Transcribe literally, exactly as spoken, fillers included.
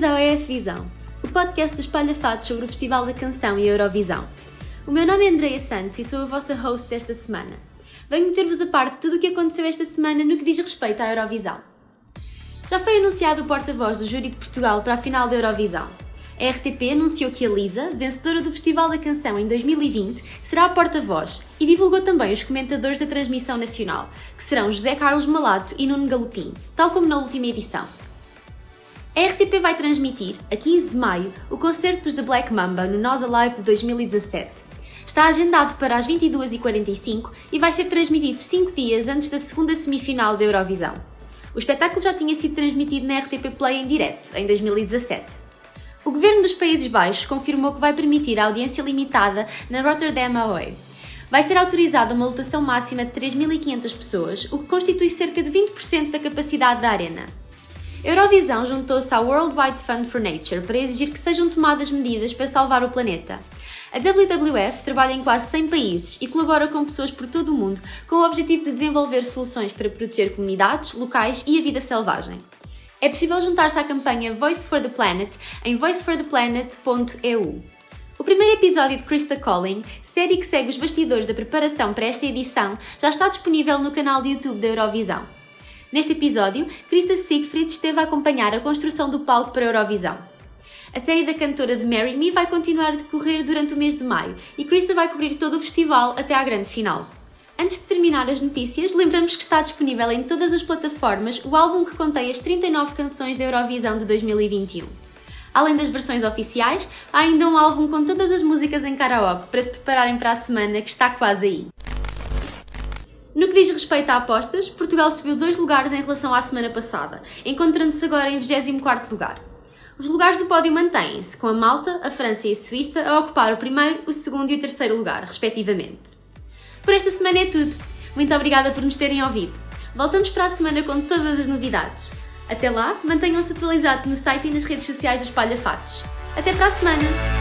ao E F Visão, o podcast do Espalha Fatos sobre o Festival da Canção e a Eurovisão. O meu nome é Andreia Santos e sou a vossa host desta semana. Venho meter-vos a par de tudo o que aconteceu esta semana no que diz respeito à Eurovisão. Já foi anunciado o porta-voz do Júri de Portugal para a final da Eurovisão. A R T P anunciou que a Lisa, vencedora do Festival da Canção em dois mil e vinte, será a porta-voz e divulgou também os comentadores da transmissão nacional, que serão José Carlos Malato e Nuno Galopim, tal como na última edição. A R T P vai transmitir, a quinze de maio, o concerto dos The Black Mamba no Nós Alive de dois mil e dezassete. Está agendado para as vinte e duas e quarenta e cinco e vai ser transmitido cinco dias antes da segunda semifinal da Eurovisão. O espetáculo já tinha sido transmitido na R T P Play em direto, em dois mil e dezassete. O governo dos Países Baixos confirmou que vai permitir a audiência limitada na Rotterdam Ahoy. Vai ser autorizada uma lotação máxima de três mil e quinhentas pessoas, o que constitui cerca de vinte por cento da capacidade da arena. A Eurovisão juntou-se ao World Wide Fund for Nature para exigir que sejam tomadas medidas para salvar o planeta. A W W F trabalha em quase cem países e colabora com pessoas por todo o mundo com o objetivo de desenvolver soluções para proteger comunidades, locais e a vida selvagem. É possível juntar-se à campanha Voice for the Planet em voice for the planet ponto e u. O primeiro episódio de Krista Calling, série que segue os bastidores da preparação para esta edição, já está disponível no canal de YouTube da Eurovisão. Neste episódio, Krista Siegfried esteve a acompanhar a construção do palco para a Eurovisão. A série da cantora de Marry Me vai continuar a decorrer durante o mês de maio e Krista vai cobrir todo o festival até à grande final. Antes de terminar as notícias, lembramos que está disponível em todas as plataformas o álbum que contém as trinta e nove canções da Eurovisão de dois mil e vinte e um. Além das versões oficiais, há ainda um álbum com todas as músicas em karaoke para se prepararem para a semana que está quase aí. No que diz respeito a apostas, Portugal subiu dois lugares em relação à semana passada, encontrando-se agora em vigésimo quarto lugar. Os lugares do pódio mantêm-se, com a Malta, a França e a Suíça a ocupar o primeiro, o segundo e o terceiro lugar, respectivamente. Por esta semana é tudo. Muito obrigada por nos terem ouvido. Voltamos para a semana com todas as novidades. Até lá, mantenham-se atualizados no site e nas redes sociais do Espalha Fatos. Até para a semana!